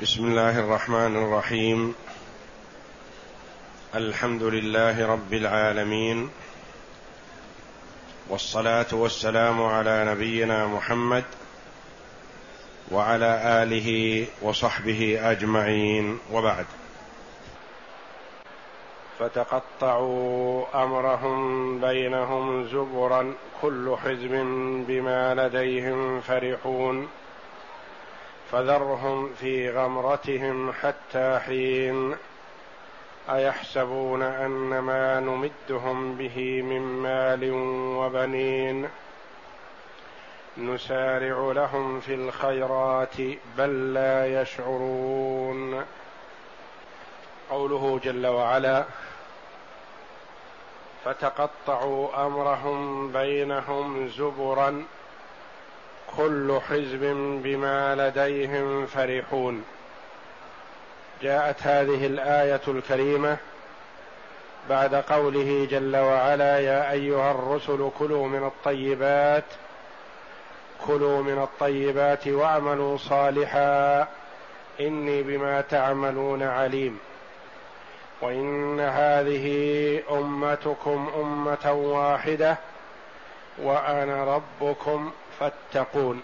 بسم الله الرحمن الرحيم. الحمد لله رب العالمين، والصلاة والسلام على نبينا محمد وعلى آله وصحبه أجمعين، وبعد. فتقطعوا أمرهم بينهم زبرا كل حزب بما لديهم فرحون فذرهم في غمرتهم حتى حين أيحسبون أن ما نمدهم به من مال وبنين نسارع لهم في الخيرات بل لا يشعرون. قوله جل وعلا: فتقطعوا أمرهم بينهم زبرا كل حزب بما لديهم فرحون. جاءت هذه الآية الكريمة بعد قوله جل وعلا: يا أيها الرسل كلوا من الطيبات واعملوا صالحا إني بما تعملون عليم، وإن هذه أمتكم أمة واحدة وأنا ربكم فاتقون.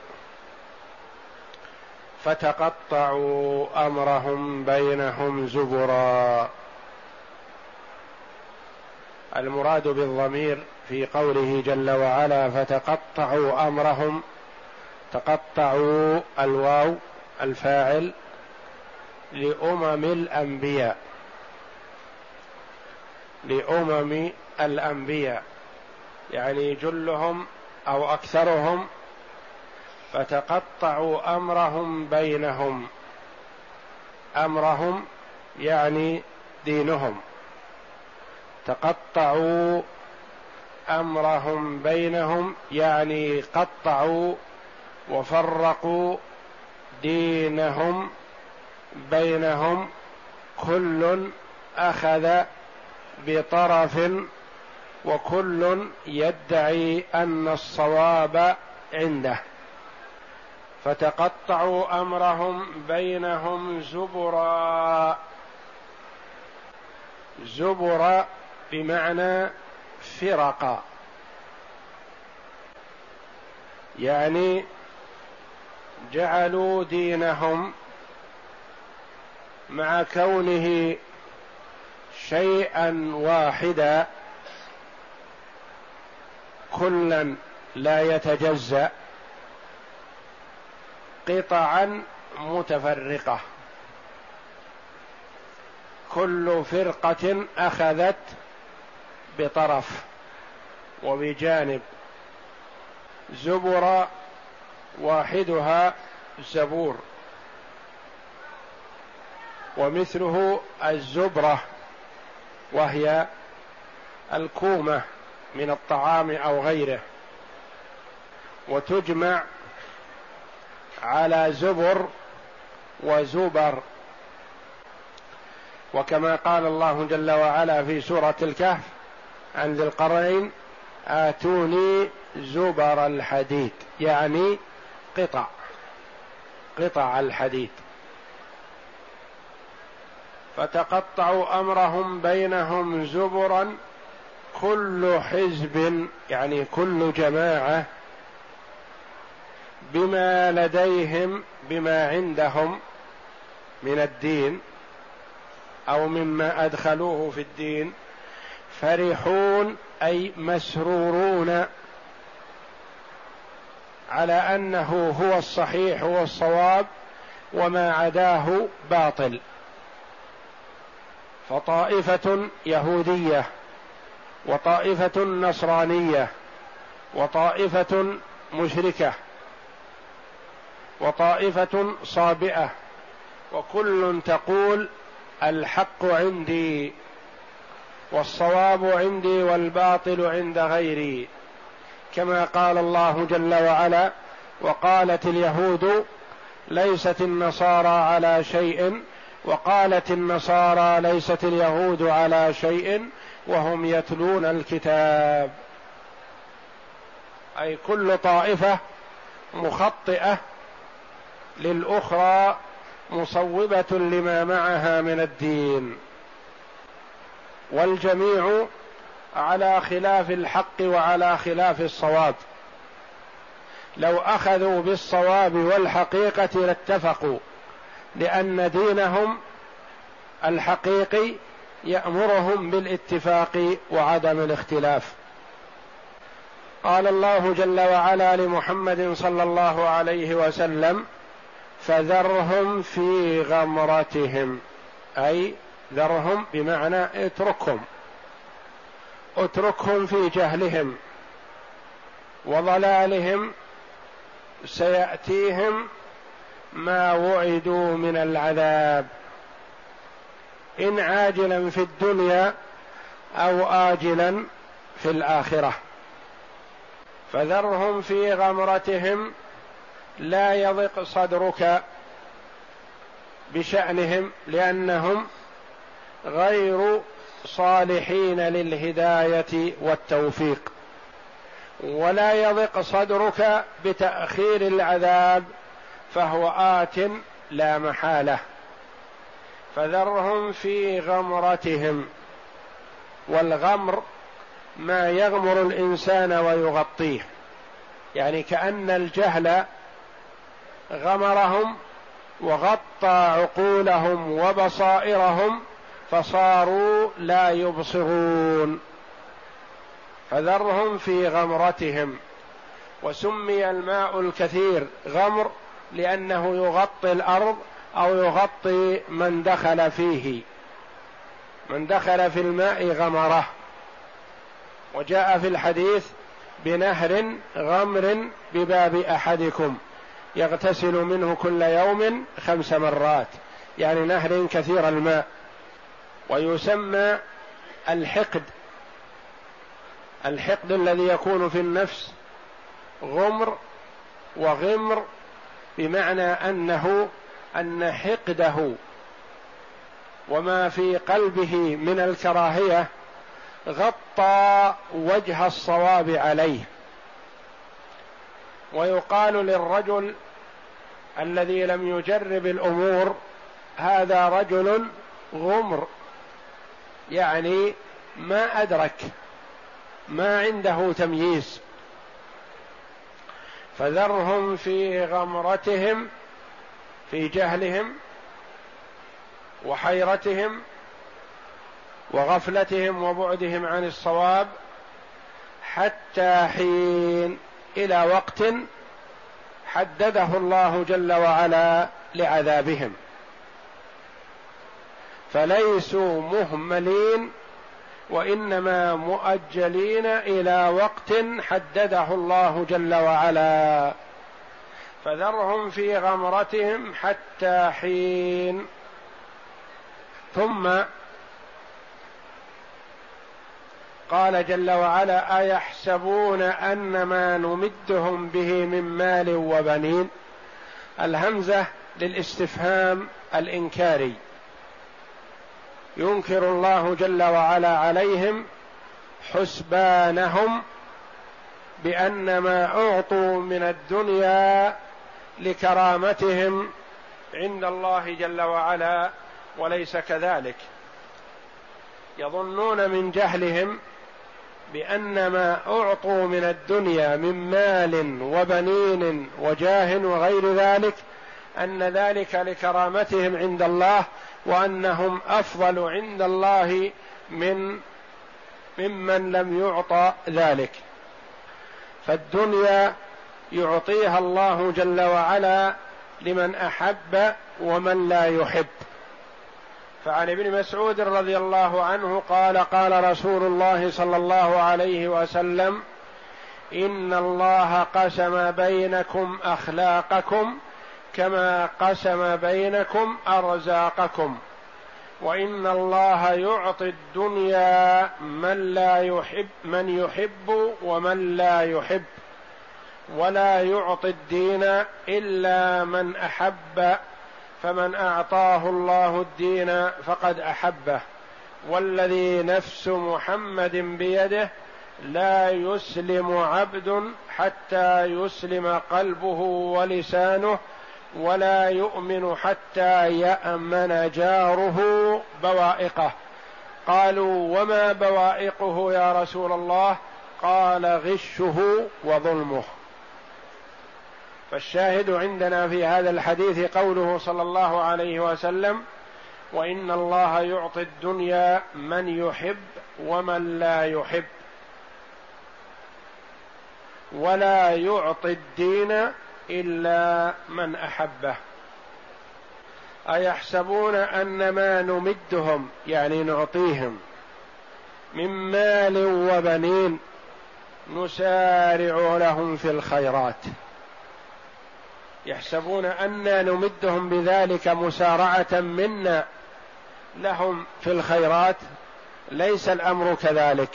فتقطعوا أمرهم بينهم زبرا. المراد بالضمير في قوله جل وعلا فتقطعوا أمرهم، تقطعوا الواو الفاعل لأمم الأنبياء، يعني جلهم أو أكثرهم. فتقطعوا أمرهم بينهم، أمرهم يعني دينهم، تقطعوا أمرهم بينهم يعني قطعوا وفرقوا دينهم بينهم، كل أخذ بطرف وكل يدعي أن الصواب عنده. فتقطعوا أمرهم بينهم زبرا. زبرا بمعنى فرقا، يعني جعلوا دينهم مع كونه شيئا واحدا كلا لا يتجزأ، قطعا متفرقة، كل فرقة أخذت بطرف وبجانب. زبر واحدها زبور، ومثله الزبرة وهي الكومة من الطعام أو غيره، وتجمع على زبر وزبر. وكما قال الله جل وعلا في سورة الكهف عن ذي القرنين: آتوني زبر الحديد، يعني قطع الحديد. فتقطعوا أمرهم بينهم زبرا كل حزب يعني كل جماعة بما لديهم بما عندهم من الدين أو مما أدخلوه في الدين، فرحون أي مسرورون على أنه هو الصحيح والصواب وما عداه باطل. فطائفة يهودية وطائفة نصرانية وطائفة مشركة وطائفة صابئة، وكل تقول الحق عندي والصواب عندي والباطل عند غيري، كما قال الله جل وعلا: وقالت اليهود ليست النصارى على شيء وقالت النصارى ليست اليهود على شيء وهم يتلون الكتاب. أي كل طائفة مخطئة للأخرى مصوبة لما معها من الدين، والجميع على خلاف الحق وعلى خلاف الصواب. لو أخذوا بالصواب والحقيقة لاتفقوا، لأن دينهم الحقيقي يأمرهم بالاتفاق وعدم الاختلاف. قال الله جل وعلا لمحمد صلى الله عليه وسلم: فذرهم في غمرتهم، أي ذرهم بمعنى اتركهم في جهلهم وضلالهم، سيأتيهم ما وعدوا من العذاب، إن عاجلا في الدنيا أو آجلا في الآخرة. فذرهم في غمرتهم، لا يضق صدرك بشأنهم لأنهم غير صالحين للهداية والتوفيق، ولا يضق صدرك بتأخير العذاب فهو آت لا محالة. فذرهم في غمرتهم، والغمر ما يغمر الإنسان ويغطيه، يعني كأن الجهل غمرهم وغطى عقولهم وبصائرهم فصاروا لا يبصرون. فذرهم في غمرتهم. وسمي الماء الكثير غمر لأنه يغطي الأرض أو يغطي من دخل فيه، من دخل في الماء غمره. وجاء في الحديث: بنهر غمر بباب أحدكم يغتسل منه كل يوم 5 مرات، يعني نهر كثير الماء. ويسمى الحقد الذي يكون في النفس غمر وغمر، بمعنى أن حقده وما في قلبه من الكراهية غطى وجه الصواب عليه. ويقال للرجل الذي لم يجرب الأمور: هذا رجل غمر، يعني ما أدرك، ما عنده تمييز. فذرهم في غمرتهم، في جهلهم وحيرتهم وغفلتهم وبعدهم عن الصواب، حتى حين، إلى وقت حدده الله جل وعلا لعذابهم. فليسوا مهملين، وإنما مؤجلين إلى وقت حدده الله جل وعلا. فذرهم في غمرتهم حتى حين. ثم قال جل وعلا: أيحسبون أن ما نمدهم به من مال وبنين. الهمزة للاستفهام الإنكاري، ينكر الله جل وعلا عليهم حسبانهم بأن ما أعطوا من الدنيا لكرامتهم عند الله جل وعلا، وليس كذلك. يظنون من جهلهم بأن ما أعطوا من الدنيا من مال وبنين وجاه وغير ذلك أن ذلك لكرامتهم عند الله، وأنهم أفضل عند الله ممن لم يعطى ذلك. فالدنيا يعطيها الله جل وعلا لمن أحب ومن لا يحب. فعن ابن مسعود رضي الله عنه قال: قال رسول الله صلى الله عليه وسلم: إن الله قسم بينكم أخلاقكم كما قسم بينكم أرزاقكم، وإن الله يعطي الدنيا من يحب ومن لا يحب، ولا يعطي الدين إلا من أحب، فمن أعطاه الله الدين فقد أحبه، والذي نفس محمد بيده لا يسلم عبد حتى يسلم قلبه ولسانه ولا يؤمن حتى يأمن جاره بوائقه. قالوا وما بوائقه يا رسول الله؟ قال غشه وظلمه. فالشاهد عندنا في هذا الحديث قوله صلى الله عليه وسلم: وإن الله يعطي الدنيا من يحب ومن لا يحب، ولا يعطي الدين إلا من أحبه. أيحسبون أن ما نمدهم يعني نعطيهم من مال وبنين نسارع لهم في الخيرات؟ يحسبون أن نمدهم بذلك مسارعة منا لهم في الخيرات؟ ليس الأمر كذلك،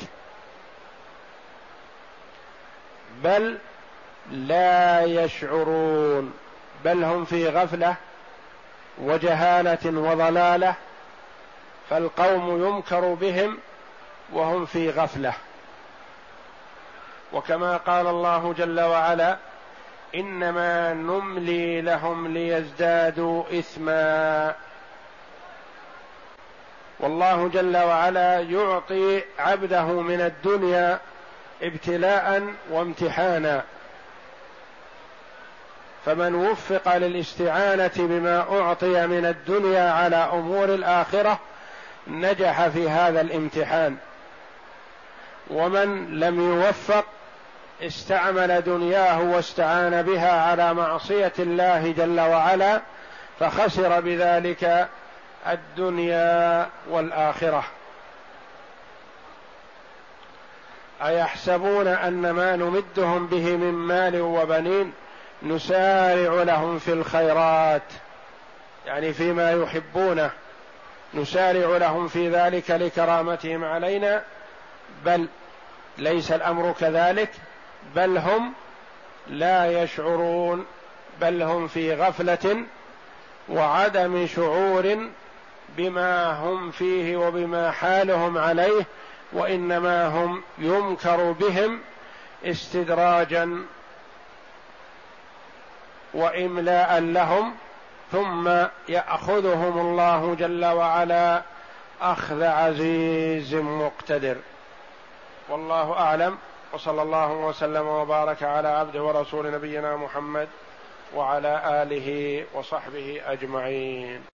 بل لا يشعرون، بل هم في غفلة وجهالة وضلالة، فالقوم يمكر بهم وهم في غفلة. وكما قال الله جل وعلا: إنما نملي لهم ليزدادوا إثما. والله جل وعلا يعطي عبده من الدنيا ابتلاء وامتحانا، فمن وفق للاستعانة بما أعطي من الدنيا على أمور الآخرة نجح في هذا الامتحان، ومن لم يوفق استعمل دنياه واستعان بها على معصية الله جل وعلا، فخسر بذلك الدنيا والآخرة. أيحسبون أن ما نمدهم به من مال وبنين نسارع لهم في الخيرات، يعني فيما يحبونه نسارع لهم في ذلك لكرامتهم علينا؟ بل ليس الأمر كذلك، بل هم لا يشعرون، بل هم في غفلة وعدم شعور بما هم فيه وبما حالهم عليه، وإنما هم يمكر بهم استدراجا وإملاء لهم، ثم يأخذهم الله جل وعلا أخذ عزيز مقتدر. والله أعلم، وصلى الله وسلم وبارك على عبده ورسول نبينا محمد وعلى آله وصحبه أجمعين.